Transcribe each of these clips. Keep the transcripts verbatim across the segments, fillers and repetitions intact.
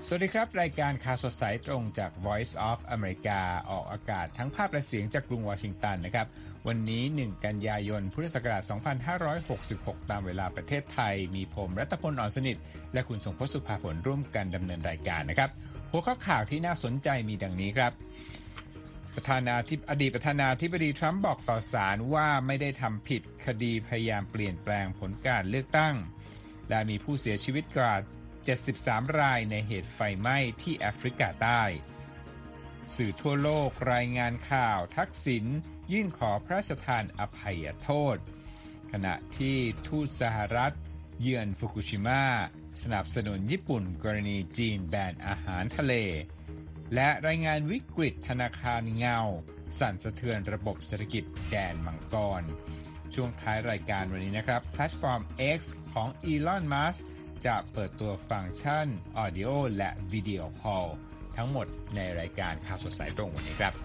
สวัสดีครับรายการข่าวสดสายตรงจาก Voice of America ออกอากาศทั้งภาพและเสียงจากกรุงวอชิงตันนะครับวันนี้หนึ่งกันยายนพุทธศักราชสองพันห้าร้อยหกสิบหกตามเวลาประเทศไทยมีผมรัตพล อ่อนสนิทและคุณสงพจน์ สุภาผลร่วมกันดำเนินรายการนะครับหัวข้อข่าวที่น่าสนใจมีดังนี้ครับประธานาธิบดีอดีตประธานาธิบดีทรัมป์บอกต่อศาลว่าไม่ได้ทำผิดคดีพยายามเปลี่ยนแปลงผลการเลือกตั้งและมีผู้เสียชีวิตกว่าเจ็ดสิบสามรายในเหตุไฟไหม้ที่แอฟริกาใต้สื่อทั่วโลกรายงานข่าวทักษิณยื่นขอพระราชทานอภัยโทษขณะที่ทูตสหรัฐเยือนฟุกุชิมะสนับสนุนญี่ปุ่นกรณีจีนแบนอาหารทะเลและรายงานวิกฤตธนาคารเงาสั่นสะเทือนระบบเศรษฐกิจแดนมังกรช่วงท้ายรายการวันนี้นะครับแพลตฟอร์ม X ของ Elon Musk จะเปิดตัวฟังก์ชัน Audio และ Video Call ทั้งหมดในรายการข่าวสดสายตรงวันนี้ครับ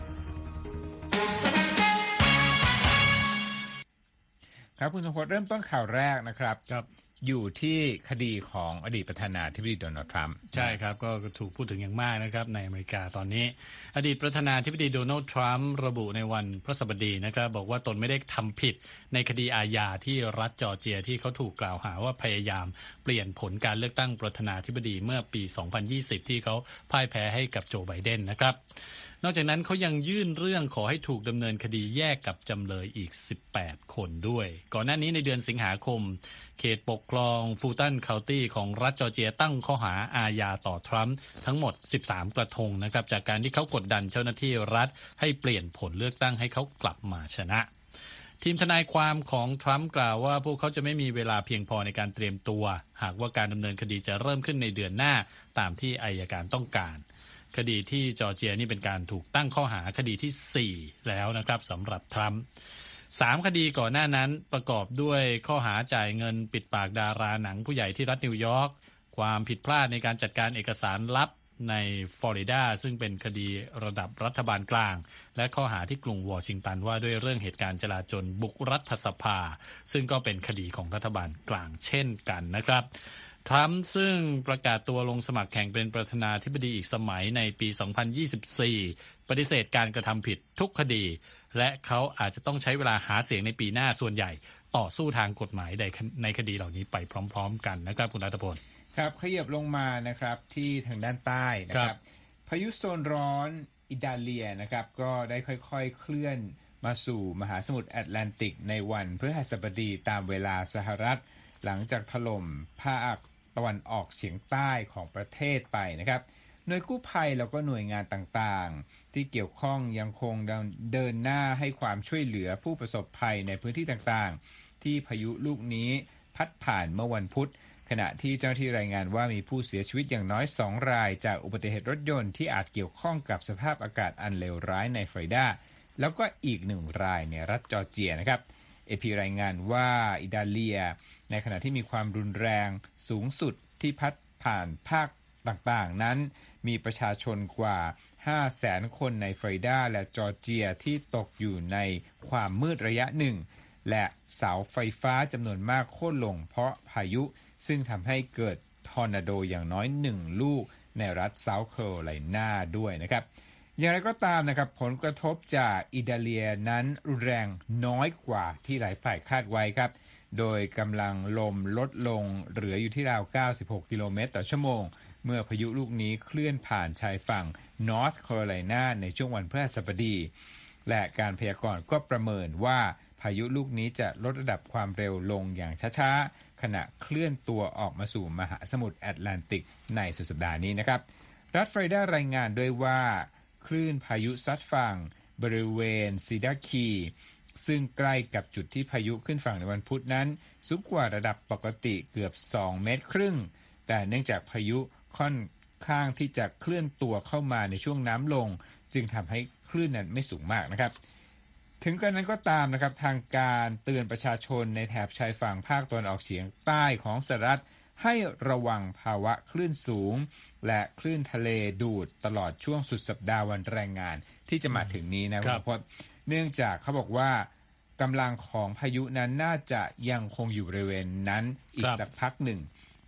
ครับคุณสมพจน์เริ่มต้นข่าวแรกนะครับครับอยู่ที่คดีของอดีตประธานาธิบดีโดนัลด์ทรัมป์ใช่ครับก็ถูกพูดถึงอย่างมากนะครับในอเมริกาตอนนี้อดีตประธานาธิบดีโดนัลด์ทรัมป์ระบุในวันพฤหัสบดีนะครับบอกว่าตนไม่ได้ทำผิดในคดีอาญาที่รัฐจอร์เจียที่เขาถูกกล่าวหาว่าพยายามเปลี่ยนผลการเลือกตั้งประธานาธิบดีเมื่อปีสองพันยี่สิบที่เขาพ่ายแพ้ให้กับโจไบเดนนะครับนอกจากนั้นเขายังยื่นเรื่องขอให้ถูกดำเนินคดีแยกกับจำเลยอีกสิบแปดคนด้วยก่อนหน้านี้ในเดือนสิงหาคมเขตปกครองฟูตันเคานตี้ของรัฐจอร์เจียตั้งข้อหาอาญาต่อทรัมป์ทั้งหมดสิบสามกระทงนะครับจากการที่เขากดดันเจ้าหน้าที่รัฐให้เปลี่ยนผลเลือกตั้งให้เขากลับมาชนะทีมทนายความของทรัมป์กล่าวว่าพวกเขาจะไม่มีเวลาเพียงพอในการเตรียมตัวหากว่าการดำเนินคดีจะเริ่มขึ้นในเดือนหน้าตามที่อัยการต้องการคดีที่จอร์เจียนี่เป็นการถูกตั้งข้อหาคดีที่สี่แล้วนะครับสำหรับทรัมป์สามคดีก่อนหน้านั้นประกอบด้วยข้อหาจ่ายเงินปิดปากดาราหนังผู้ใหญ่ที่รัฐนิวยอร์กความผิดพลาดในการจัดการเอกสารลับในฟลอริดาซึ่งเป็นคดีระดับรัฐบาลกลางและข้อหาที่กรุงวอชิงตันว่าด้วยเรื่องเหตุการณ์จลาจลบุกรัฐสภาซึ่งก็เป็นคดีของรัฐบาลกลางเช่นกันนะครับทรัมป์ซึ่งประกาศตัวลงสมัครแข่งเป็นประธานาธิบดีอีกสมัยในปีสองพันยี่สิบสี่ปฏิเสธการกระทำผิดทุกคดีและเขาอาจจะต้องใช้เวลาหาเสียงในปีหน้าส่วนใหญ่ต่อสู้ทางกฎหมายในคดีเหล่านี้ไปพร้อมๆกันนะครับคุณรัตพลครับขยับลงมานะครับที่ทางด้านใต้นะครับพายุโซนร้อนอิตาเลียนะครับก็ได้ค่อยๆเคลื่อนมาสู่มหาสมุทรแอตแลนติกในวันพฤหัสบดีตามเวลาสหรัฐหลังจากถล่มภาคตะวันออกเฉียงใต้ของประเทศไปนะครับหน่วยกู้ภัยแล้วก็หน่วยงานต่างๆที่เกี่ยวข้องยังคงเดินหน้าให้ความช่วยเหลือผู้ประสบภัยในพื้นที่ต่างๆที่พายุลูกนี้พัดผ่านเมื่อวันพุธขณะที่เจ้าหน้าที่รายงานว่ามีผู้เสียชีวิตอย่างน้อยสองรายจากอุบัติเหตุรถยนต์ที่อาจเกี่ยวข้องกับสภาพอากาศอันเลวร้ายในฟลอริดาแล้วก็อีกหนึ่งรายในรัฐจอร์เจียนะครับเอ พี รายงานว่าอิตาเลียในขณะที่มีความรุนแรงสูงสุดที่พัดผ่านภาคต่างๆนั้นมีประชาชนกว่า ห้าแสน คนในฟลอริดาและจอร์เจียที่ตกอยู่ในความมืดระยะหนึ่งและเสาไฟฟ้าจำนวนมากโค่นลงเพราะพายุซึ่งทำให้เกิดทอร์นาโดอย่างน้อยหนึ่งลูกในรัฐเซาท์แคโรไลนาด้วยนะครับอย่างไรก็ตามนะครับผลกระทบจากอิตาเลียนั้นรุนแรงน้อยกว่าที่หลายฝ่ายคาดไว้ครับโดยกำลังลมลดลงเหลืออยู่ที่ราวเก้าสิบหกกิโลเมตรต่อชั่วโมงเมื่อพายุลูกนี้เคลื่อนผ่านชายฝั่งนอร์ทแคโรไลนาในช่วงวันพฤหัสบดีและการพยากรณ์ก็ประเมินว่าพายุลูกนี้จะลดระดับความเร็วลงอย่างช้าๆขณะเคลื่อนตัวออกมาสู่มหาสมุทรแอตแลนติกในสุดสัปดาห์นี้นะครับรัฐฟลอริดารายงานด้วยว่าคลื่นพายุซัดฝั่งบริเวณซีดาร์คีซึ่งใกล้กับจุดที่พายุขึ้นฝั่งในวันพุธนั้นสูงกว่าระดับปกติเกือบสองเมตรครึ่งแต่เนื่องจากพายุค่อนข้างที่จะเคลื่อนตัวเข้ามาในช่วงน้ำลงจึงทำให้คลื่นนั้นไม่สูงมากนะครับถึงกระนั้นก็ตามนะครับทางการเตือนประชาชนในแถบชายฝั่งภาคตะวันออกเฉียงใต้ของสหรัฐให้ระวังภาวะคลื่นสูงและคลื่นทะเลดูดตลอดช่วงสุดสัปดาห์วันแรงงานที่จะมาถึงนี้นะครับเพราะเนื่องจากเขาบอกว่ากำลังของพายุนั้นน่าจะยังคงอยู่บริเวณนั้นอีกสักพักหนึ่ง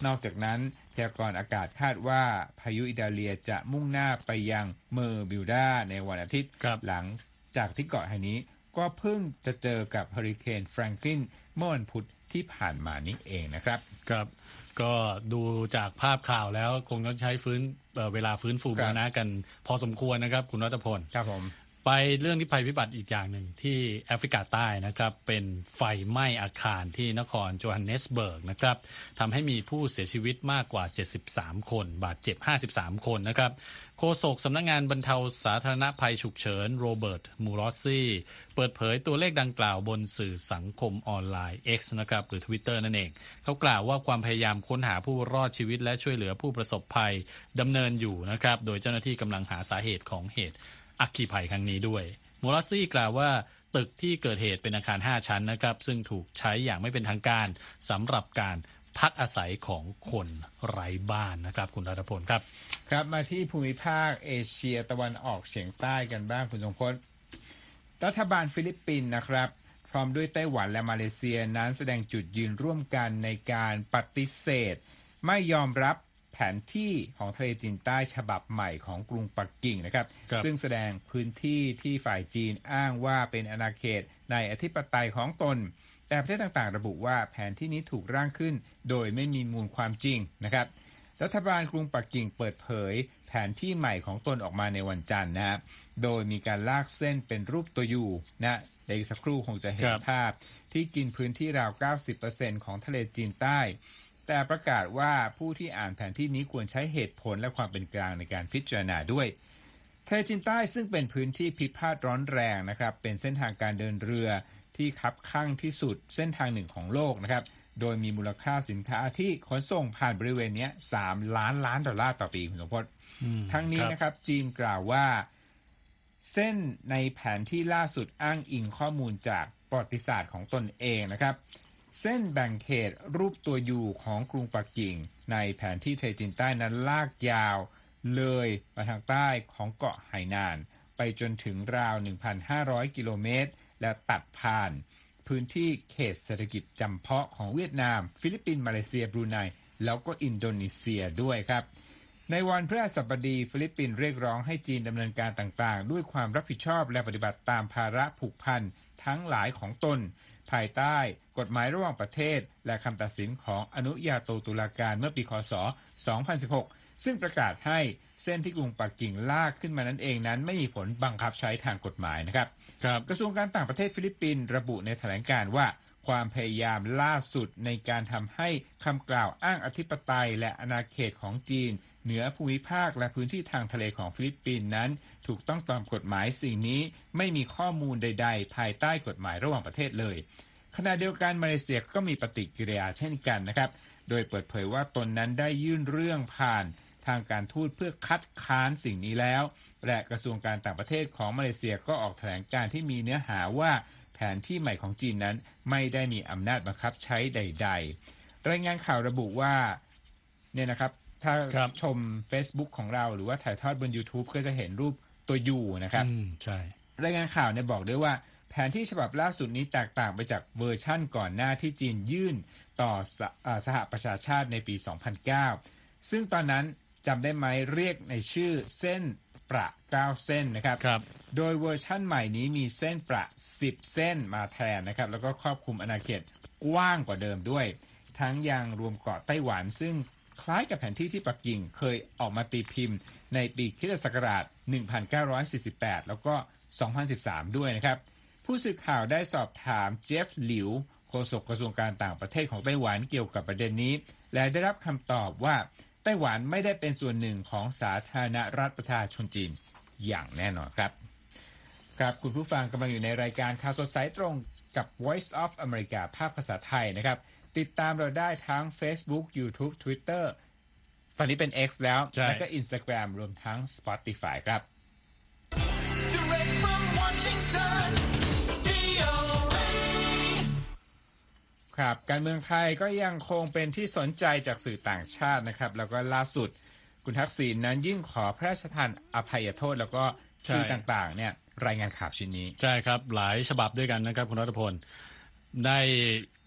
นอกจากนั้นพยากรณ์อากาศคาดว่าพายุอิดาเลียจะมุ่งหน้าไปยังเมอร์บิลดาในวันอาทิตย์หลังจากที่เกาะแห่งนี้ก็เพิ่งจะเจอกับเฮอริเคนแฟรงคลินเมื่อวันพุธที่ผ่านมานี้เองนะครับครับก็ดูจากภาพข่าวแล้วคงต้องใช้ฟื้น เ, เวลาฟื้นฟูบูรณะกันพอสมควรนะครับคุณรัตพลครับผมไปเรื่องที่ภัยพิบัติอีกอย่างหนึ่งที่แอฟริกาใต้นะครับเป็นไฟไหม้อาคารที่นครโจฮันเนสเบิร์กนะครับทำให้มีผู้เสียชีวิตมากกว่าเจ็ดสิบสามคนบาดเจ็บห้าสิบสามคนนะครับโฆษกสำนักงานบรรเทาสาธารณภัยฉุกเฉินโรเบิร์ตมูรอสซี่เปิดเผยตัวเลขดังกล่าวบนสื่อสังคมออนไลน์ X นะครับหรือ Twitter นั่นเองเขากล่าวว่าความพยายามค้นหาผู้รอดชีวิตและช่วยเหลือผู้ประสบภัยดำเนินอยู่นะครับโดยเจ้าหน้าที่กำลังหาสาเหตุของเหตุอัคคีภัยครั้งนี้ด้วยมูรอสซี่กล่าวว่าตึกที่เกิดเหตุเป็นอาคารห้าชั้นนะครับซึ่งถูกใช้อย่างไม่เป็นทางการสำหรับการพักอาศัยของคนไร้บ้านนะครับคุณรัตพลครับครับมาที่ภูมิภาคเอเชียตะวันออกเฉียงใต้กันบ้างคุณทรงพจน์รัฐบาลฟิลิปปินส์นะครับพร้อมด้วยไต้หวันและมาเลเซียนั้นแสดงจุดยืนร่วมกันในการปฏิเสธไม่ยอมรับแผนที่ของทะเลจีนใต้ฉบับใหม่ของกรุงปักกิ่งนะครับซึ่งแสดงพื้นที่ที่ฝ่ายจีนอ้างว่าเป็นอาณาเขตในอธิปไตยของตนแต่ประเทศต่างๆระบุว่าแผนที่นี้ถูกร่างขึ้นโดยไม่มีมูลความจริงนะครับรัฐบาลกรุงปักกิ่งเปิดเผยแผนที่ใหม่ของตนออกมาในวันจันทร์นะครับโดยมีการลากเส้นเป็นรูปตัวยูนะเดี๋ยวอีกสักครู่คงจะเห็นภาพที่กินพื้นที่ราว เก้าสิบเปอร์เซ็นต์ ของทะเลจีนใต้แต่ประกาศว่าผู้ที่อ่านแผนที่นี้ควรใช้เหตุผลและความเป็นกลางในการพิจารณาด้วยทะเลจีนใต้ซึ่งเป็นพื้นที่พิพาทร้อนแรงนะครับเป็นเส้นทางการเดินเรือที่คับคั่งที่สุดเส้นทางหนึ่งของโลกนะครับโดยมีมูลค่าสินค้าที่ขนส่งผ่านบริเวณนี้สามล้านล้านดอลลาร์ต่อปีคุณสมพจน์ทั้งนี้นะครับจีนกล่าวว่าเส้นในแผนที่ล่าสุดอ้างอิงข้อมูลจากประวัติศาสตร์ของตนเองนะครับเส้นแบ่งเขตรูปตัวยูของกรุงปักกิ่งในแผนที่ทะเลจีนใต้นั้นลากยาวเลยมาทางใต้ของเกาะไหหนานไปจนถึงราว หนึ่งพันห้าร้อย กิโลเมตรและตัดผ่านพื้นที่เขตเศรษฐกิจจำเพาะของเวียดนามฟิลิปปินส์มาเลเซียบรูไนแล้วก็อินโดนีเซียด้วยครับในวันพฤหัสบดีฟิลิปปินส์เรียกร้องให้จีนดำเนินการต่างๆด้วยความรับผิดชอบและปฏิบัติตามภาระผูกพันทั้งหลายของตนภายใต้กฎหมายระหว่างประเทศและคำตัดสินของอนุญาโตตุลาการเมื่อปีค.ศ. สองพันสิบหกซึ่งประกาศให้เส้นที่กรุงปักกิ่งลากขึ้นมานั้นเองนั้นไม่มีผลบังคับใช้ทางกฎหมายนะครับครับกระทรวงการต่างประเทศฟิลิปปินส์ระบุในแถลงการณ์ว่าความพยายามล่าสุดในการทำให้คำกล่าวอ้างอธิปไตยและอาณาเขตของจีนเหนือภูมิภาคและพื้นที่ทางทะเลของฟิลิปปินส์นั้นถูกต้องตามกฎหมายสิ่งนี้ไม่มีข้อมูลใดๆภายใต้กฎหมายระหว่างประเทศเลยขณะเดียวกันมาเลเซียก็มีปฏิกิริยาเช่นกันนะครับโดยเปิดเผยว่าตนนั้นได้ยื่นเรื่องผ่านทางการทูตเพื่อคัดค้านสิ่งนี้แล้วและกระทรวงการต่างประเทศของมาเลเซียก็ออกแถลงการที่มีเนื้อหาว่าแผนที่ใหม่ของจีนนั้นไม่ได้มีอำนาจบังคับใช้ใดๆรายงานข่าวระบุว่าเนี่ยนะครับถ้าชม Facebook ของเราหรือว่าถ่ายทอดบน YouTube ก็จะเห็นรูปตัว U นะครับใช่รายงานข่าวเนี่ยบอกด้วยว่าแผนที่ฉบับล่าสุดนี้แตกต่างไปจากเวอร์ชั่นก่อนหน้าที่จีนยื่นต่อส, สหประชาชาติในปี สองพันเก้า ซึ่งตอนนั้นจำได้ไหมเรียกในชื่อเส้นประเก้าเส้นนะครับครับโดยเวอร์ชั่นใหม่นี้มีเส้นประสิบเส้นมาแทนนะครับแล้วก็ครอบคลุมอาณาเขตกว้างกว่าเดิมด้วยทั้งยังรวมเกาะไต้หวันซึ่งคล้ายกับแผนที่ที่ปักกิ่งเคยออกมาตีพิมพ์ในปีคริสตศักราช หนึ่งพันเก้าร้อยสี่สิบแปด แล้วก็ สองพันสิบสาม ด้วยนะครับผู้สื่อข่าวได้สอบถามเจฟหลิวโฆษกกระทรวงการต่างประเทศของไต้หวันเกี่ยวกับประเด็นนี้และได้รับคำตอบว่าไต้หวันไม่ได้เป็นส่วนหนึ่งของสาธารณรัฐประชาชนจีนอย่างแน่นอนครับครับคุณผู้ฟังกำลังอยู่ในรายการข่าวสดสายตรงกับ Voice of America ภาคภาษาไทยนะครับติดตามเราได้ทั้ง Facebook YouTube Twitter ตอนนี้เป็น X แล้วและก็ Instagram รวมทั้ง Spotify ครับครับการเมืองไทยก็ยังคงเป็นที่สนใจจากสื่อต่างชาตินะครับแล้วก็ล่าสุดคุณทักษิณนั้นยื่นขอพระราชทานอภัยโทษแล้วก็สื่อต่างๆเนี่ยรายงานข่าวชิ้นนี้ใช่ครับหลายฉบับด้วยกันนะครับคุณรัตพลได้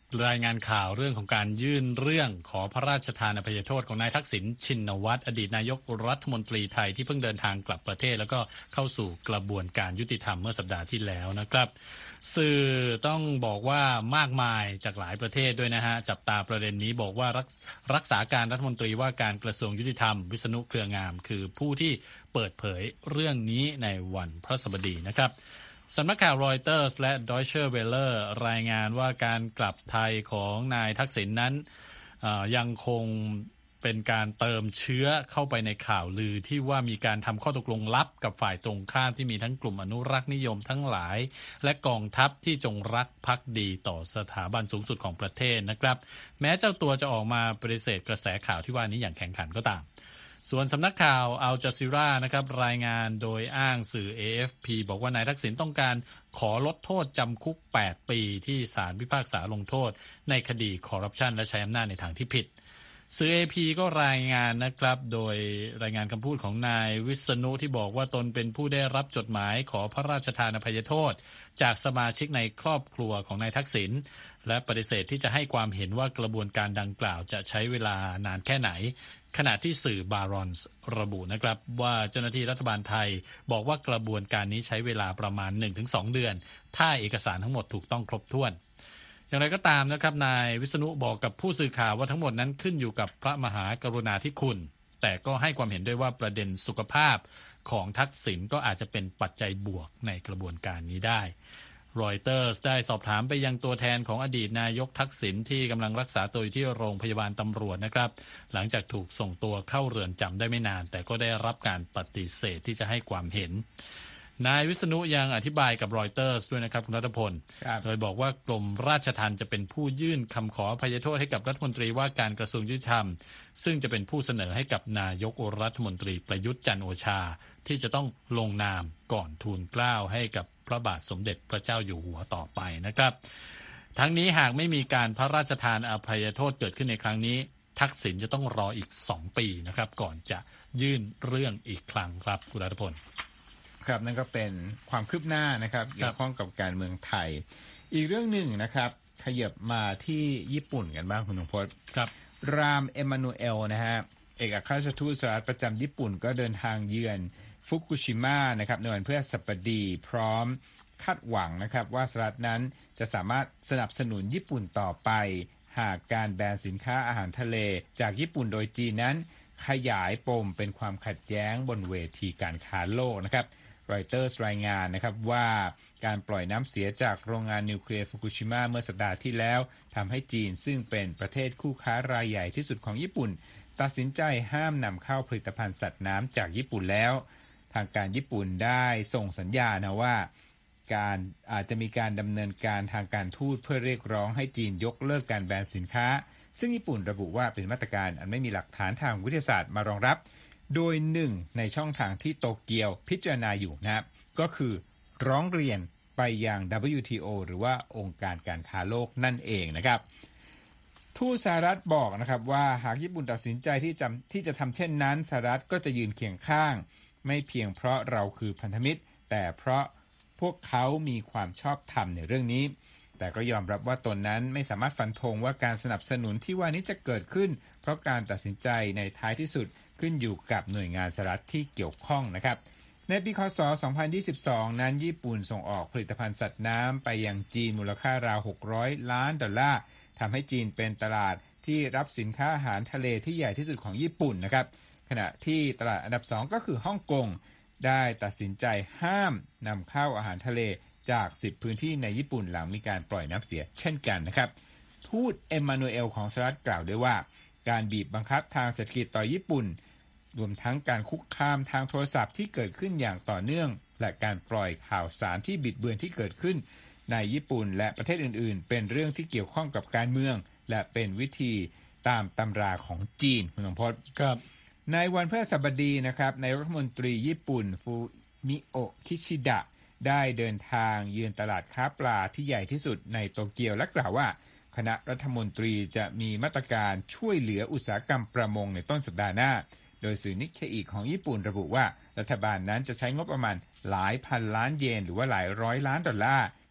รายงานข่าวเรื่องของการยื่นเรื่องขอพระราชทานอภัยโทษของนายทักษิณชินวัตรอดีตนายกรัฐมนตรีไทยที่เพิ่งเดินทางกลับประเทศแล้วก็เข้าสู่กระบวนการยุติธรรมเมื่อสัปดาห์ที่แล้วนะครับสื่อต้องบอกว่ามากมายจากหลายประเทศด้วยนะฮะจับตาประเด็นนี้บอกว่ารักรักษาการรัฐมนตรีว่าการกระทรวงยุติธรรมวิษณุเครืองามคือผู้ที่เปิดเผยเรื่องนี้ในวันพฤหัสบดีนะครับสำนักข่าวรอยเตอร์สและ Deutsche Welle รายงานว่าการกลับไทยของนายทักษิณ นั้นยังคงเป็นการเติมเชื้อเข้าไปในข่าวลือที่ว่ามีการทำข้อตกลงลับกับฝ่ายตรงข้ามที่มีทั้งกลุ่มอนุรักษ์นิยมทั้งหลายและกองทัพที่จงรักภักดีต่อสถาบันสูงสุดของประเทศนะครับแม้เจ้าตัวจะออกมาปฏิเสธกระแสข่าวที่ว่านี้อย่างแข็งขันก็ตามส่วนสำนักข่าวอัลจาซีรานะครับรายงานโดยอ้างสื่อ เอ เอฟ พี บอกว่านายทักษิณต้องการขอลดโทษจำคุกแปดปีที่ศาลพิพากษาลงโทษในคดีคอร์รัปชันและใช้อำนาจในทางที่ผิดสื่อ เอ พี ก็รายงานนะครับโดยรายงานคำพูดของนายวิษณุที่บอกว่าตนเป็นผู้ได้รับจดหมายขอพระราชทานอภัยโทษจากสมาชิกในครอบครัวของนายทักษิณและปฏิเสธที่จะให้ความเห็นว่ากระบวนการดังกล่าวจะใช้เวลานานแค่ไหนขณะที่สื่อบารอนส์ระบุนะครับว่าเจ้าหน้าที่รัฐบาลไทยบอกว่ากระบวนการนี้ใช้เวลาประมาณ หนึ่งถึงสอง เดือนถ้าเอกสารทั้งหมดถูกต้องครบถ้วนอย่างไรก็ตามนะครับนายวิษณุบอกกับผู้สื่อข่าวว่าทั้งหมดนั้นขึ้นอยู่กับพระมหากรุณาธิคุณแต่ก็ให้ความเห็นด้วยว่าประเด็นสุขภาพของทักษิณก็อาจจะเป็นปัจจัยบวกในกระบวนการนี้ได้รอยเตอร์สได้สอบถามไปยังตัวแทนของอดีตนายกทักษิณที่กำลังรักษาตัวอยู่ที่โรงพยาบาลตำรวจนะครับหลังจากถูกส่งตัวเข้าเรือนจำได้ไม่นานแต่ก็ได้รับการปฏิเสธที่จะให้ความเห็นนายวิษณุยังอธิบายกับรอยเตอร์สด้วยนะครับคุณรัฐพลโดยบอกว่ากรมราชทัณฑ์จะเป็นผู้ยื่นคำขออภัยโทษให้กับรัฐมนตรีว่าการกระทรวงยุติธรรมซึ่งจะเป็นผู้เสนอให้กับนายกรัฐมนตรีประยุทธ์จันทร์โอชาที่จะต้องลงนามก่อนทูลเกล้าให้กับพระบาทสมเด็จพระเจ้าอยู่หัวต่อไปนะครับทั้งนี้หากไม่มีการพระราชทานอภัยโทษเกิดขึ้นในครั้งนี้ทักษิณจะต้องรออีกสองปีนะครับก่อนจะยื่นเรื่องอีกครั้งครับคุณรัฐพลครับนั่นก็เป็นความคืบหน้านะครับเกี่ยวข้องกับการเมืองไทยอีกเรื่องหนึ่งนะครับขยับมาที่ญี่ปุ่นกันบ้างคุณธงพจน์ครับรามเอมานูเอลนะฮะเอกอัครราชทูตสหรัฐประจำญี่ปุ่นก็เดินทางเยือนฟุกุชิมะนะครับในวันพฤหัสบดีพร้อมคาดหวังนะครับว่าสหรัฐนั้นจะสามารถสนับสนุนญี่ปุ่นต่อไปหากการแบนสินค้าอาหารทะเลจากญี่ปุ่นโดยจีนนั้นขยายปมเป็นความขัดแย้งบนเวทีการค้าโลกนะครับรอยเตอร์สรายงานนะครับว่าการปล่อยน้ำเสียจากโรงงานนิวเคลียร์ฟุกุชิมะเมื่อสัปดาห์ที่แล้วทำให้จีนซึ่งเป็นประเทศคู่ค้ารายใหญ่ที่สุดของญี่ปุ่นตัดสินใจห้ามนำเข้าผลิตภัณฑ์สัตว์น้ำจากญี่ปุ่นแล้วทางการญี่ปุ่นได้ส่งสัญญาณนะว่าการอาจจะมีการดำเนินการทางการทูตเพื่อเรียกร้องให้จีนยกเลิกการแบนสินค้าซึ่งญี่ปุ่นระบุว่าเป็นมาตรการอันไม่มีหลักฐานทางวิทยาศาสตร์มารองรับโดยหนึ่งในช่องทางที่โตเกียวพิจารณาอยู่นะครับก็คือร้องเรียนไปยัง ดับเบิลยู ที โอ หรือว่าองค์การการค้าโลกนั่นเองนะครับทูตสหรัฐบอกนะครับว่าหากญี่ปุ่นตัดสินใจที่จะที่จะทำเช่นนั้นสหรัฐก็จะยืนเคียงข้างไม่เพียงเพราะเราคือพันธมิตรแต่เพราะพวกเขามีความชอบธรรมในเรื่องนี้แต่ก็ยอมรับว่าตนนั้นไม่สามารถฟันธงว่าการสนับสนุนที่ว่านี้จะเกิดขึ้นเพราะการตัดสินใจในท้ายที่สุดขึ้นอยู่กับหน่วยงานสหรัฐที่เกี่ยวข้องนะครับในปีค.ศ. สองพันยี่สิบสองนั้นญี่ปุ่นส่งออกผลิตภัณฑ์สัตว์น้ำไปยังจีนมูลค่าราวหกร้อยล้านดอลลาร์ทำให้จีนเป็นตลาดที่รับสินค้าอาหารทะเลที่ใหญ่ที่สุดของญี่ปุ่นนะครับขณะที่ตลาดอันดับสองก็คือฮ่องกงได้ตัดสินใจห้ามนำเข้าอาหารทะเลจากสิบพื้นที่ในญี่ปุ่นหลังมีการปล่อยน้ำเสียเช่นกันนะครับทูตเอมมานูเอลของสหรัฐกล่าวด้วยว่าการบีบบังคับทางเศรษฐกิจต่อญี่ปุ่นรวมทั้งการคุกคามทางโทรศัพท์ที่เกิดขึ้นอย่างต่อเนื่องและการปล่อยข่าวสารที่บิดเบือนที่เกิดขึ้นในญี่ปุ่นและประเทศอื่นๆเป็นเรื่องที่เกี่ยวข้องกับการเมืองและเป็นวิธีตามตำราของจีนคุณสมพศครับในวันพฤหัสบดีนะครับนายรัฐมนตรีญี่ปุ่นฟูมิโอะคิชิดะได้เดินทางเยือนตลาดค้าปลาที่ใหญ่ที่สุดในโตเกียวและกล่าวว่าคณะรัฐมนตรีจะมีมาตรการช่วยเหลืออุตสาหกรรมประมงในต้นสัปดาห์หน้าโดยสื่อนิเคอิของญี่ปุ่นระบุว่ารัฐบาลนั้นจะใช้งบประมาณหลายพันล้านเยนหรือว่าหลายร้อยล้านดอลลาร์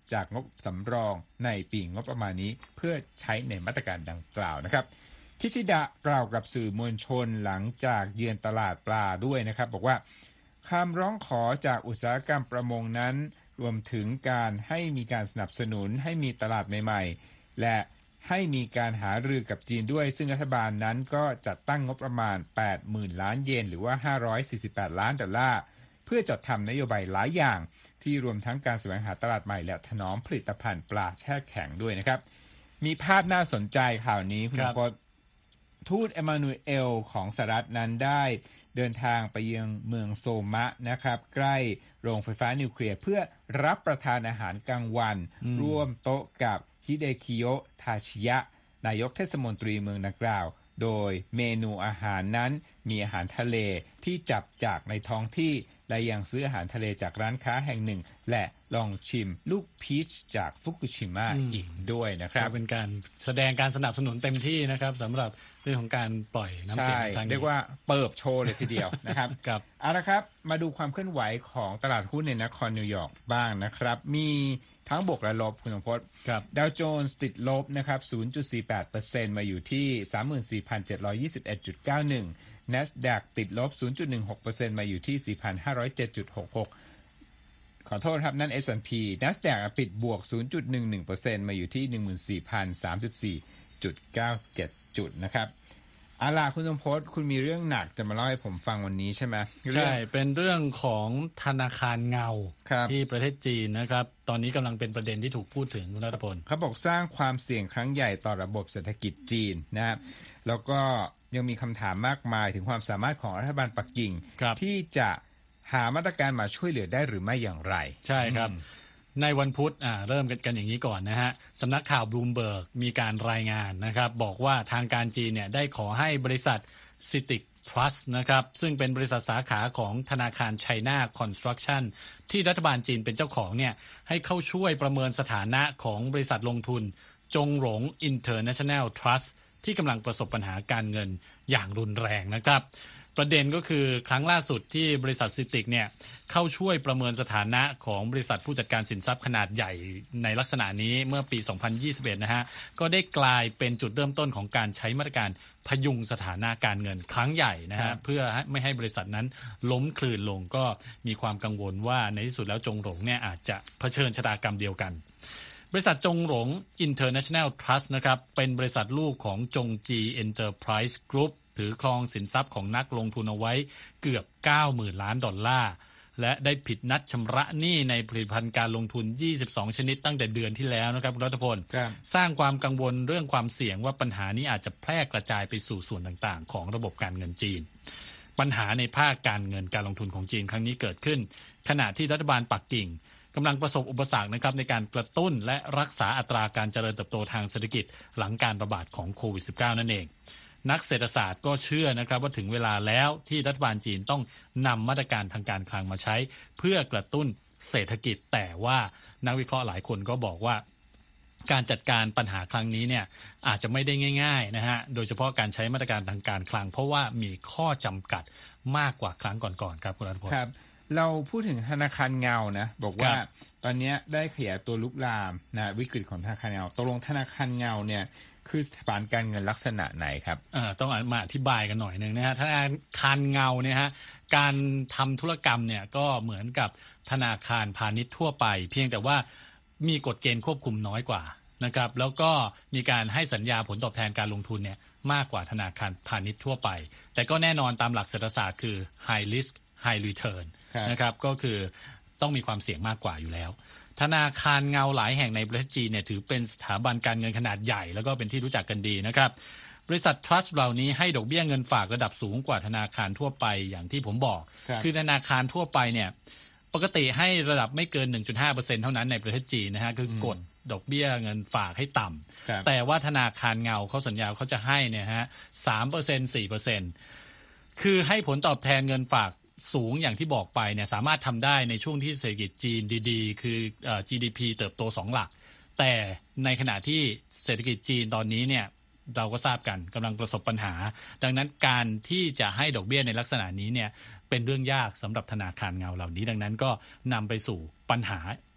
จากงบสำรองในปีงบประมาณนี้เพื่อใช้ในมาตรการดังกล่าวนะครับคิชิดะกล่าวกับสื่อมวลชนหลังจากเยือนตลาดปลาด้วยนะครับบอกว่าคำร้องขอจากอุตสาหกรรมประมงนั้นรวมถึงการให้มีการสนับสนุนให้มีตลาดใหม่ๆและให้มีการหารือกับจีนด้วยซึ่งรัฐบาลนั้นก็จัดตั้งงบประมาณ แปดหมื่น ล้านเยนหรือว่าห้าร้อยสี่สิบแปดล้านดอลลาร์เพื่อจัดทำนโยบายหลายอย่างที่รวมทั้งการแสวงหาตลาดใหม่และถนอมผลิตภัณฑ์ปลาแช่แข็งด้วยนะครับมีภาพน่าสนใจข่าวนี้คุณพจน์ทูตเอมานูเอลของสหรัฐนั้นได้เดินทางไปยังเมืองโซมะนะครับใกล้โรงไฟฟ้านิวเคลียร์เพื่อรับประทานอาหารกลางวันร่วมโต๊ะกับฮิเดคิโยะทาชิยะนายกเทศมนตรีเมืองดังกล่าวโดยเมนูอาหารนั้นมีอาหารทะเลที่จับจากในท้องที่และยังซื้ออาหารทะเลจากร้านค้าแห่งหนึ่งและลองชิมลูกพีชจากฟุกุชิมะอีกด้วยนะครับเป็นการแสดงการสนับสนุนเต็มที่นะครับสำหรับเรื่องของการปล่อยน้ำเสียงทางนี้เรียกว่าเปิบโชว์เลยทีเดียวนะครับครับเอาละครับมาดูความเคลื่อนไหวของตลาดหุ้นในนครนิวยอร์กบ้างนะครับมีทั้งบวกและลบคุณสมพจน์ดาวโจนส์ติดลบนะครับ ศูนย์จุดสี่แปดเปอร์เซ็นต์ มาอยู่ที่ สามหมื่นสี่พันเจ็ดร้อยยี่สิบเอ็ดจุดเก้าหนึ่ง NASDAQ ติดลบ ศูนย์จุดหนึ่งหกเปอร์เซ็นต์ มาอยู่ที่ สี่พันห้าร้อยเจ็ดจุดหกหก ขอโทษครับนั่น เอส แอนด์ พี NASDAQ ปิดบวก ศูนย์จุดหนึ่งหนึ่งเปอร์เซ็นต์ มาอยู่ที่ หนึ่งหมื่นสี่พันสามสิบสี่จุดเก้าเจ็ด จุดนะครับอาล่ะคุณสมพจน์คุณมีเรื่องหนักจะมาเล่าให้ผมฟังวันนี้ใช่ไหมใช่เป็นเรื่องของธนาคารเงาที่ประเทศจีนนะครับตอนนี้กำลังเป็นประเด็นที่ถูกพูดถึงคุณรัตพลเขาบอกสร้างความเสี่ยงครั้งใหญ่ต่อระบบเศรษฐกิจจีนนะครับแล้วก็ยังมีคำถามมากมายถึงความสามารถของรัฐบาลปักกิ่งที่จะหามาตรการมาช่วยเหลือได้หรือไม่อย่างไรใช่ครับในวันพุธอ่าเริ่มกันอย่างนี้ก่อนนะฮะสำนักข่าวบลูมเบิร์กมีการรายงานนะครับบอกว่าทางการจีนเนี่ยได้ขอให้บริษัท Citic Trust นะครับซึ่งเป็นบริษัทสาขาของธนาคาร China Construction ที่รัฐบาลจีนเป็นเจ้าของเนี่ยให้เข้าช่วยประเมินสถานะของบริษัทลงทุนจงหลง International Trust ที่กำลังประสบปัญหาการเงินอย่างรุนแรงนะครับประเด็นก็คือครั้งล่าสุดที่บริษัทซิติกเนี่ยเข้าช่วยประเมินสถานะของบริษัทผู้จัดการสินทรัพย์ขนาดใหญ่ในลักษณะนี้เมื่อปีสองพันยี่สิบเอ็ดนะฮะก็ได้กลายเป็นจุดเริ่มต้นของการใช้มาตรการพยุงสถานะการเงินครั้งใหญ่นะฮะเพื่อไม่ให้บริษัทนั้นล้มคลืนลงก็มีความกังวลว่าในที่สุดแล้วจงหลงเนี่ยอาจจะเผชิญชะตากรรมเดียวกันบริษัทจงหลง International Trust นะครับเป็นบริษัทลูกของจงจี Enterprise Groupถือครองสินทรัพย์ของนักลงทุนเอาไว้เกือบ เก้าหมื่น ล้านดอลลาร์และได้ผิดนัดชำระหนี้ในผลิตภัณฑ์การลงทุนยี่สิบสองชนิดตั้งแต่เดือนที่แล้วนะครับคุณรัตพลสร้างความกังวลเรื่องความเสี่ยงว่าปัญหานี้อาจจะแพร่กระจายไปสู่ส่วนต่างๆของระบบการเงินจีนปัญหาในภาคการเงินการลงทุนของจีนครั้งนี้เกิดขึ้นขณะที่รัฐบาลปักกิ่งกำลังประสบอุปสรรคนะครับในการกระตุ้นและรักษาอัตราการเจริญเติบโตทางเศรษฐกิจหลังการระบาดของโควิด สิบเก้า นั่นเองนักเศรษฐศาสตร์ก็เชื่อนะครับว่าถึงเวลาแล้วที่รัฐบาลจีนต้องนำมาตรการทางการคลังมาใช้เพื่อกระตุ้นเศรษฐกิจแต่ว่านักวิเคราะห์หลายคนก็บอกว่าการจัดการปัญหาครั้งนี้เนี่ยอาจจะไม่ได้ง่ายๆนะฮะโดยเฉพาะการใช้มาตรการทางการคลังเพราะว่ามีข้อจำกัดมากกว่าครั้งก่อนๆครับคุณรัตพลครับเราพูดถึงธนาคารเงานะบอกว่าตอนนี้ได้ขยายตัวลุกลามนะวิกฤตของธนาคารเงาตกลงธนาคารเงาเนี่ยคือสถาบันการเงินลักษณะไหนครับเอ่อต้องมาอธิบายกันหน่อยนึงนะฮะธนาคารเงาเนี่ยฮะการทำธุรกรรมเนี่ยก็เหมือนกับธนาคารพาณิชย์ทั่วไปเพียงแต่ว่ามีกฎเกณฑ์ควบคุมน้อยกว่านะครับแล้วก็มีการให้สัญญาผลตอบแทนการลงทุนเนี่ยมากกว่าธนาคารพาณิชย์ทั่วไปแต่ก็แน่นอนตามหลักเศรษฐศาสตร์คือ high risk high return นะครับก็คือต้องมีความเสี่ยงมากกว่าอยู่แล้วธนาคารเงาหลายแห่งในประเทศจีนเนี่ยถือเป็นสถาบันการเงินขนาดใหญ่แล้วก็เป็นที่รู้จักกันดีนะครับบริษัท Trust เหล่านี้ให้ดอกเบี้ยเงินฝากระดับสูงกว่าธนาคารทั่วไปอย่างที่ผมบอก ค, คือธนาคารทั่วไปเนี่ยปกติให้ระดับไม่เกิน หนึ่งจุดห้าเปอร์เซ็นต์ เท่านั้นในประเทศจีนนะฮะคือกดดอกเบี้ยเงินฝากให้ต่ำแต่ว่าธนาคารเงาเขาสัญญาเขาจะให้เนี่ยฮะ สามเปอร์เซ็นต์ สี่เปอร์เซ็นต์ คือให้ผลตอบแทนเงินฝากสูงอย่างที่บอกไปเนี่ยสามารถทำได้ในช่วงที่เศรษฐกิจจีนดีๆคือเอ่อ จี ดี พี เติบโตสองหลักแต่ในขณะที่เศรษฐกิจจีนตอนนี้เนี่ยเราก็ทราบกันกำลังประสบปัญหาดังนั้นการที่จะให้ดอกเบี้ยในลักษณะนี้เนี่ยเป็นเรื่องยากสำหรับธนาคารเงาเหล่านี้ดังนั้นก็นำไปสู่ปัญหา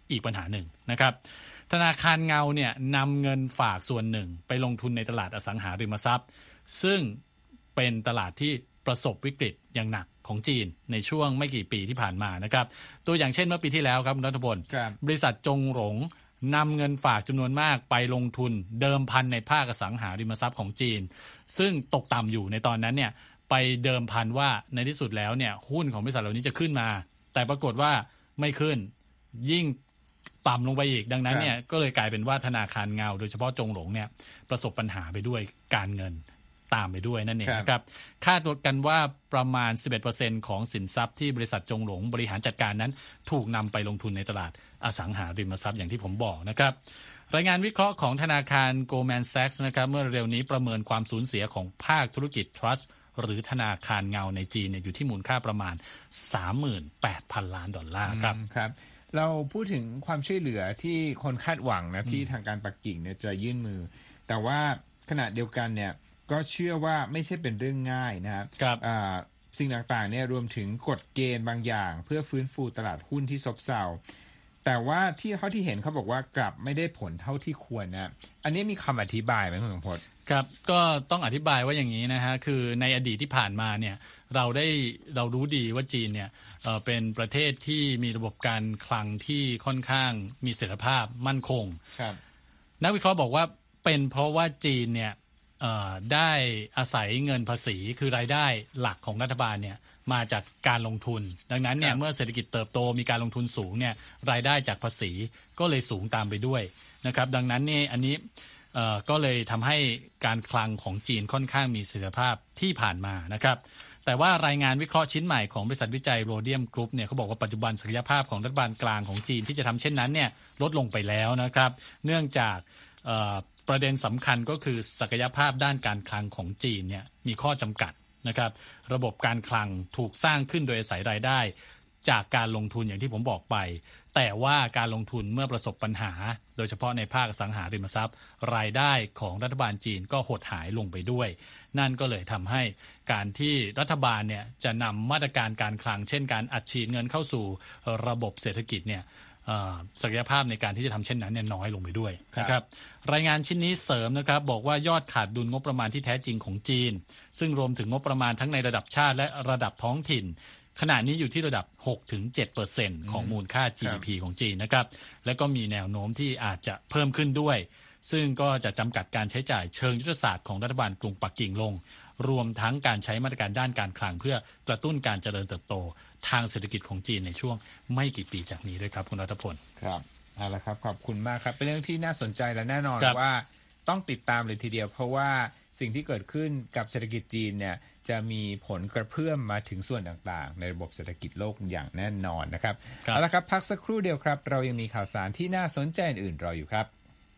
อีกปัญหาหนึ่งนะครับธนาคารเงาเนี่ยนำเงินฝากส่วนหนึ่งไปลงทุนในตลาดอสังหาริมทรัพย์ซึ่งเป็นตลาดที่ประสบวิกฤตอย่างหนักของจีนในช่วงไม่กี่ปีที่ผ่านมานะครับตัวอย่างเช่นเมื่อปีที่แล้วครับคุณรัฐพลบริษัทจงหลงนำเงินฝากจำนวนมากไปลงทุนเดิมพันในภาคอสังหาริมทรัพย์ของจีนซึ่งตกต่ำอยู่ในตอนนั้นเนี่ยไปเดิมพันว่าในที่สุดแล้วเนี่ยหุ้นของบริษัทเหล่านี้จะขึ้นมาแต่ปรากฏว่าไม่ขึ้นยิ่งต่ำลงไปอีกดังนั้นเนี่ยก็เลยกลายเป็นว่าธนาคารเงาโดยเฉพาะจงหลงเนี่ยประสบปัญหาไปด้วยการเงินตามไปด้วยนั่นเองนะครับคาดกันว่าประมาณ สิบเอ็ดเปอร์เซ็นต์ ของสินทรัพย์ที่บริษัทจงหลงบริหารจัดการนั้นถูกนำไปลงทุนในตลาดอสังหาริมทรัพย์อย่างที่ผมบอกนะครับรายงานวิเคราะห์ของธนาคาร Goldman Sachs นะครับเมื่อเร็วนี้ประเมินความสูญเสียของภาคธุรกิจ Trust หรือธนาคารเงาในจีนเนี่ยอยู่ที่มูลค่าประมาณ สามหมื่นแปดพัน ล้านดอลลาร์ครับครับเราพูดถึงความช่วยเหลือที่คนคาดหวังนะที่ทางการปักกิ่งเนี่ยจะยื่นมือแต่ว่าขณะเดียวกันเนี่ยก็เชื่อว่าไม่ใช่เป็นเรื่องง่ายนะครับสิ่งต่างๆเนี่ยรวมถึงกฎเกณฑ์บางอย่างเพื่อฟื้นฟูตลาดหุ้นที่ซบเซาแต่ว่าที่เขาที่เห็นเขาบอกว่ากลับไม่ได้ผลเท่าที่ควรนะอันนี้มีคำอธิบายไหมคุณสมพศครับก็ต้องอธิบายว่าอย่างนี้นะฮะคือในอดีตที่ผ่านมาเนี่ยเราได้เรารู้ดีว่าจีนเนี่ยเอ่อเป็นประเทศที่มีระบบการคลังที่ค่อนข้างมีเสถียรภาพมั่นคงครับนักวิเคราะห์บอกว่าเป็นเพราะว่าจีนเนี่ยเอ่อได้อาศัยเงินภาษีคือรายได้หลักของรัฐบาลเนี่ยมาจากการลงทุนดังนั้นเนี่ยเมื่อเศรษฐกิจเติบโตมีการลงทุนสูงเนี่ยรายได้จากภาษีก็เลยสูงตามไปด้วยนะครับดังนั้นเนี่ยอันนี้เอ่อก็เลยทำให้การคลังของจีนค่อนข้างมีเสถียรภาพที่ผ่านมานะครับแต่ว่ารายงานวิเคราะห์ชิ้นใหม่ของบริษัทวิจัยโรเดียมกรุ๊ปเนี่ยเขาบอกว่าปัจจุบันศักยภาพของรัฐบาลกลางของจีนที่จะทำเช่นนั้นเนี่ยลดลงไปแล้วนะครับเนื่องจากเอ่อประเด็นสำคัญก็คือศักยภาพด้านการคลังของจีนเนี่ยมีข้อจำกัดนะครับระบบการคลังถูกสร้างขึ้นโดยอาศัยรายได้จากการลงทุนอย่างที่ผมบอกไปแต่ว่าการลงทุนเมื่อประสบปัญหาโดยเฉพาะในภาคอสังหาริมทรัพย์รายได้ของรัฐบาลจีนก็หดหายลงไปด้วยนั่นก็เลยทำให้การที่รัฐบาลเนี่ยจะนำมาตรการการคลังเช่นการอัดฉีดเงินเข้าสู่ระบบเศรษฐกิจเนี่ยศักยภาพในการที่จะทำเช่นนั้นเนี่ยน้อยลงไปด้วยนะครับรายงานชิ้นนี้เสริมนะครับบอกว่ายอดขาดดุลงบประมาณที่แท้จริงของจีนซึ่งรวมถึงงบประมาณทั้งในระดับชาติและระดับท้องถิ่นขณะนี้อยู่ที่ระดับ หกถึงเจ็ดเปอร์เซ็นต์ ของมูลค่า จี ดี พี ของจีนนะครับและก็มีแนวโน้มที่อาจจะเพิ่มขึ้นด้วยซึ่งก็จะจำกัดการใช้จ่ายเชิงยุทธศาสตร์ของรัฐบาลกรุงปักกิ่งลงรวมทั้งการใช้มาตรการด้านการคลังเพื่อกระตุ้นการเจริญเติบโตทางเศรษฐกิจของจีนในช่วงไม่กี่ปีจากนี้ด้วยครับคุณรัฐพลครับเอาละครับขอบคุณมากครับเป็นเรื่องที่น่าสนใจและแน่นอนว่าต้องติดตามเลยทีเดียวเพราะว่าสิ่งที่เกิดขึ้นกับเศรษฐกิจจีนเนี่ยจะมีผลกระเพื่อมมาถึงส่วนต่างๆในระบบเศรษฐกิจโลกอย่างแน่นอนนะครับเอาละครับพักสักครู่เดียวครับเรายังมีข่าวสารที่น่าสนใจอื่นรออยู่ครับ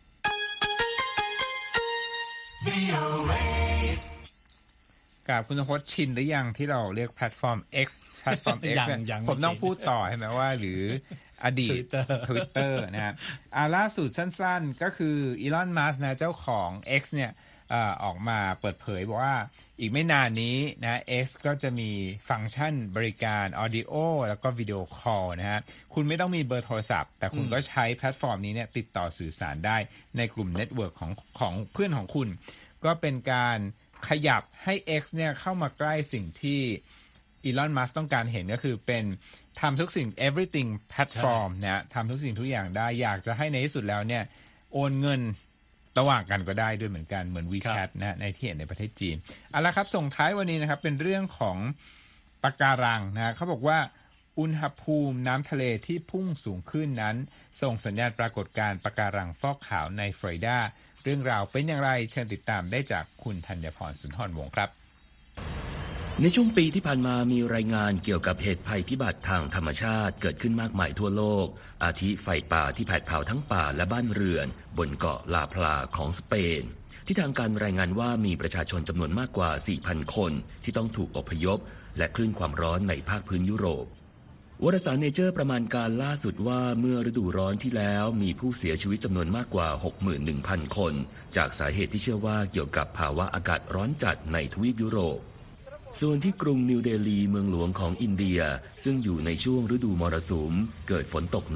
กับคุณสมพศชินหรือยังที่เราเรียกแพลตฟอร์ม X แพลตฟอร์ม X เนี่ยผมต้องพูดต่อใช่ไหมว่าหรืออดีต Twitter นะครับอ่าล่าสุดสั้นๆก็คืออีลอน มัสก์นะเจ้าของ X เนี่ยเอ่อออกมาเปิดเผยบอกว่าอีกไม่นานนี้นะ X ก็จะมีฟังก์ชันบริการ Audio แล้วก็วิดีโอคอลนะฮะคุณไม่ต้องมีเบอร์โทรศัพท์แต่คุณก็ใช้แพลตฟอร์มนี้เนี่ยติดต่อสื่อสารได้ในกลุ่มเน็ตเวิร์กของของเพื่อนของคุณก็เป็นการขยับให้ X เนี่ยเข้ามาใกล้สิ่งที่อีลอน มัสก์ต้องการเห็นก็คือเป็นทำทุกสิ่ง everything platform นะทำทุกสิ่งทุกอย่างได้อยากจะให้ในที่สุดแล้วเนี่ยโอนเงินระหว่างกันก็ได้ด้วยเหมือนกันเหมือน WeChat นะในที่เห็นในประเทศจีนเอาละครับส่งท้ายวันนี้นะครับเป็นเรื่องของปะการังนะเขาบอกว่าอุณหภูมิน้ำทะเลที่พุ่งสูงขึ้นนั้นส่งสัญญาณปรากฏการณ์ปะการังฟอกขาวในฟลอริดาเรื่องราวเป็นอย่างไรเชิญติดตามได้จากคุณธัญพรสุนทรวงศ์ครับในช่วงปีที่ผ่านมามีรายงานเกี่ยวกับเหตุภัยพิบัติทางธรรมชาติเกิดขึ้นมากมายทั่วโลกอาทิไฟป่าที่แผดเผาทั้งป่าและบ้านเรือนบนเกาะลาพลาของสเปนที่ทางการรายงานว่ามีประชาชนจำนวนมากกว่า สี่พัน คนที่ต้องถูกอพยพและคลื่นความร้อนในภาคพื้นยุโรปวารสารเนเจอร์ประมาณการล่าสุดว่าเมื่อฤดูร้อนที่แล้วมีผู้เสียชีวิตจำนวนมากกว่า หกหมื่นหนึ่งพัน คนจากสาเหตุที่เชื่อว่าเกี่ยวกับภาวะอากาศร้อนจัดในทวีปยุโรปส่วนที่กรุงนิวเดลีเมืองหลวงของอินเดียซึ่งอยู่ในช่วงฤดูมรสุมเกิดฝนตกหนัก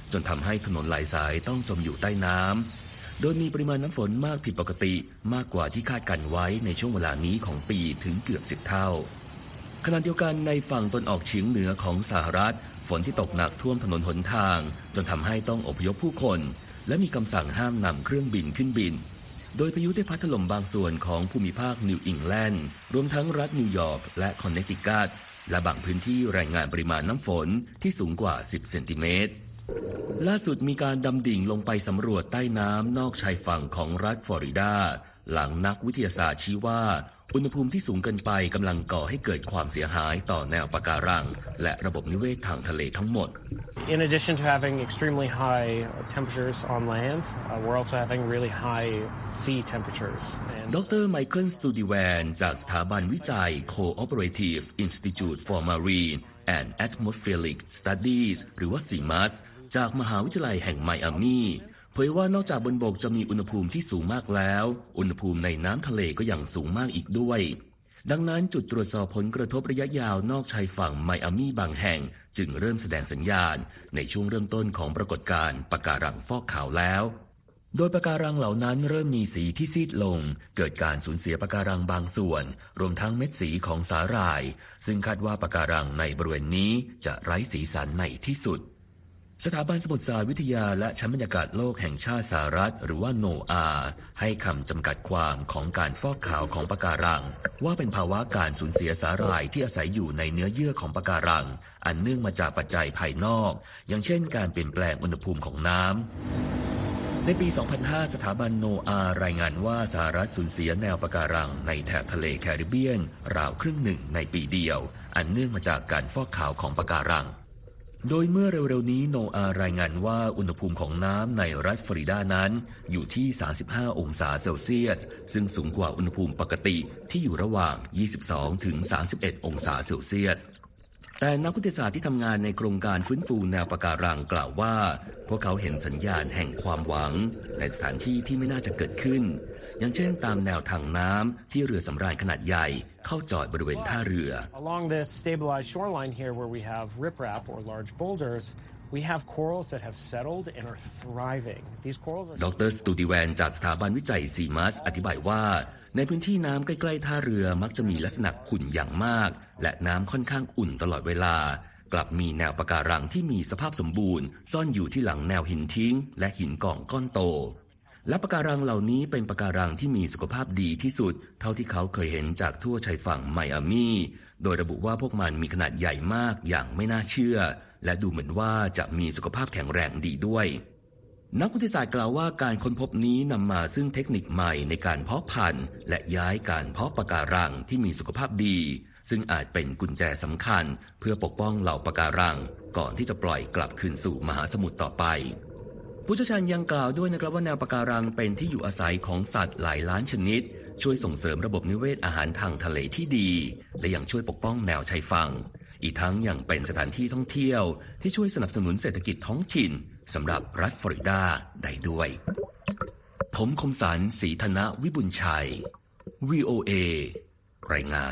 จนทำให้ถนนหลายสายต้องจมอยู่ใต้น้ำโดยมีปริมาณน้ำฝนมากผิดปกติมากกว่าที่คาดการไว้ในช่วงเวลานี้ของปีถึงเกือบสิบเท่าขณะเดียวกันในฝั่งตะวันออกเฉียงเหนือของสหรัฐฝนที่ตกหนักท่วมถนนหนทางจนทำให้ต้องอพยพผู้คนและมีคำสั่งห้ามนำเครื่องบินขึ้นบินโดยพายุได้พัดถล่มบางส่วนของภูมิภาคนิวอิงแลนด์รวมทั้งรัฐนิวยอร์กและคอนเนตทิคัตและบางพื้นที่รายงานปริมาณน้ำฝนที่สูงกว่าสิบเซนติเมตรล่าสุดมีการดำดิ่งลงไปสำรวจใต้น้ำนอกชายฝั่งของรัฐฟลอริดาหลังนักวิทยาศาสตร์ชี้ว่าอุณหภูมิที่สูงเกินไปกำลังก่อให้เกิดความเสียหายต่อแนวปะการังและระบบนิเวศทางทะเลทั้งหมด In addition to having extremely high temperatures on land, uh, we're also having really high sea temperatures. ดรไมเคิลสตูดิแวนจากสถาบันวิจัย Cooperative Institute for Marine and Atmospheric Studies หรือว่า ซี เอ็ม เอ เอส จากมหาวิทยาลัยแห่งไมอามีเผยว่านอกจากบนบกจะมีอุณหภูมิที่สูงมากแล้วอุณหภูมิในน้ำทะเลก็ยังสูงมากอีกด้วยดังนั้นจุดตรวจสอบผลกระทบระยะยาวนอกชายฝั่งไมอามีบางแห่งจึงเริ่มแสดงสัญญาณในช่วงเริ่มต้นของปรากฏการณ์ปะการังฟอกขาวแล้วโดยปะการังเหล่านั้นเริ่มมีสีที่ซีดลงเกิดการสูญเสียปะการังบางส่วนรวมทั้งเม็ดสีของสาหร่ายซึ่งคาดว่าปะการังในบริเวณนี้จะไร้สีสันในที่สุดสถาบันสมุทรศาสตร์วิทยาและชั้นบรรยากาศโลกแห่งชาติสหรัฐหรือว่าโนอา ให้คำจำกัดความของการฟอกขาวของปะการังว่าเป็นภาวะการสูญเสียสาหร่ายที่อาศัยอยู่ในเนื้อเยื่อของปะการังอันเนื่องมาจากปัจจัยภายนอกอย่างเช่นการเปลี่ยนแปลงอุณหภูมิของน้ำในปี สองพันห้า สถาบันโนอารายงานว่าสหรัฐสูญเสียแนวปะการังในแถบทะเลแคริบเบียนราวครึ่งหนึ่งในปีเดียวอันเนื่องมาจากการฟอกขาวของปะการังโดยเมื่อเร็วๆนี้โนอารายงานว่าอุณหภูมิของน้ำในรัฐฟลอริดานั้นอยู่ที่สามสิบห้าองศาเซลเซียสซึ่งสูงกว่าอุณหภูมิปกติที่อยู่ระหว่างยี่สิบสองถึงสามสิบเอ็ดองศาเซลเซียสแต่นักวิทยาศาสตร์ที่ทำงานในโครงการฟื้นฟูแนวปะการังกล่าวว่าพวกเขาเห็นสัญญาณแห่งความหวังในสถานที่ที่ไม่น่าจะเกิดขึ้นอย่างเช่นตามแนวทางน้ำที่เรือสำราญขนาดใหญ่เข้าจอดบริเวณท่าเรือ Along this stabilized shoreline here where we have riprap or large boulders, we have corals that have settled and are thriving. These corals are ดรสตูดิแวนจากสถาบันวิจัย ซี เอ็ม เอ เอส อธิบายว่าในพื้นที่น้ำใกล้ๆท่าเรือมักจะมีลักษณะขุ่นอย่างมากและน้ำค่อนข้างอุ่นตลอดเวลากลับมีแนวปะการังที่มีสภาพสมบูรณ์ซ่อนอยู่ที่หลังแนวหินทิ้งและหินกองก้อนโตและปะการังเหล่านี้เป็นปะการังที่มีสุขภาพดีที่สุดเท่าที่เขาเคยเห็นจากทั่วชายฝั่งไมอามีโดยระบุว่าพวกมันมีขนาดใหญ่มากอย่างไม่น่าเชื่อและดูเหมือนว่าจะมีสุขภาพแข็งแรงดีด้วยนักวิทยาศาสตร์กล่าวว่าการค้นพบนี้นำมาซึ่งเทคนิคใหม่ในการเพาะพันธุ์และย้ายการเพาะปะการังที่มีสุขภาพดีซึ่งอาจเป็นกุญแจสำคัญเพื่อปกป้องเหล่าปะการังก่อนที่จะปล่อยกลับคืนสู่มหาสมุทรต่อไปผู้เชี่ยวชาญยังกล่าวด้วยนะครับว่าแนวปะการังเป็นที่อยู่อาศัยของสัตว์หลายล้านชนิดช่วยส่งเสริมระบบนิเวศอาหารทางทะเลที่ดีและยังช่วยปกป้องแนวชายฝั่งอีกทั้งยังเป็นสถานที่ท่องเที่ยวที่ช่วยสนับสนุนเศรษฐกิจท้องถิ่นสำหรับรัฐฟลอริดาได้ด้วยผมคมสันต์ ศรีธนวิบุญชัย วี โอ เอ รายงาน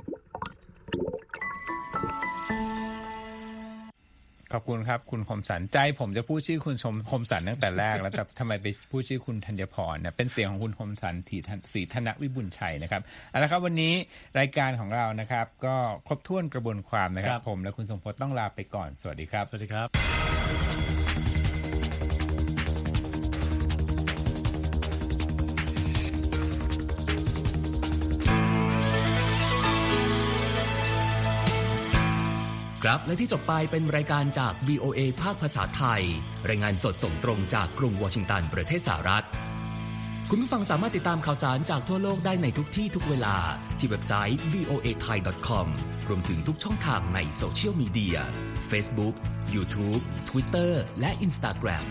ขอบคุณครับคุณคมสันใจผมจะพูดชื่อคุณชมคมสันตั้งแต่แรกแล้วแต่ทำไมไปพูดชื่อคุณธัญพรเนี่ยเป็นเสียงของคุณคมสันศรีธนวิบุญชัยนะครับเอาละครับวันนี้รายการของเรานะครับก็ครบถ้วนกระบวนความนะครับผมและคุณสมพจน์ต้องลาไปก่อนสวัสดีครับสวัสดีครับครับและที่จบไปเป็นรายการจาก วี โอ เอ ภาคภาษาไทยรายงานสดส่งตรงจากกรุงวอชิงตันประเทศสหรัฐคุณผู้ฟังสามารถติดตามข่าวสารจากทั่วโลกได้ในทุกที่ทุกเวลาที่เว็บไซต์ วี โอ เอ ไทย ดอท คอม รวมถึงทุกช่องทางในโซเชียลมีเดีย Facebook YouTube Twitter และ Instagram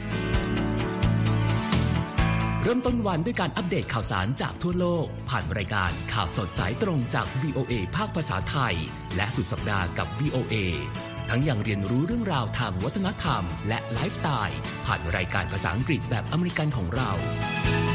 เริ่มต้นวันด้วยการอัปเดตข่าวสารจากทั่วโลกผ่านรายการข่าวสดสายตรงจาก วี โอ เอ ภาคภาษาไทยและสุดสัปดาห์กับ วี โอ เอ ทั้งยังเรียนรู้เรื่องราวทางวัฒนธรรมและไลฟ์สไตล์ผ่านรายการภาษาอังกฤษแบบอเมริกันของเรา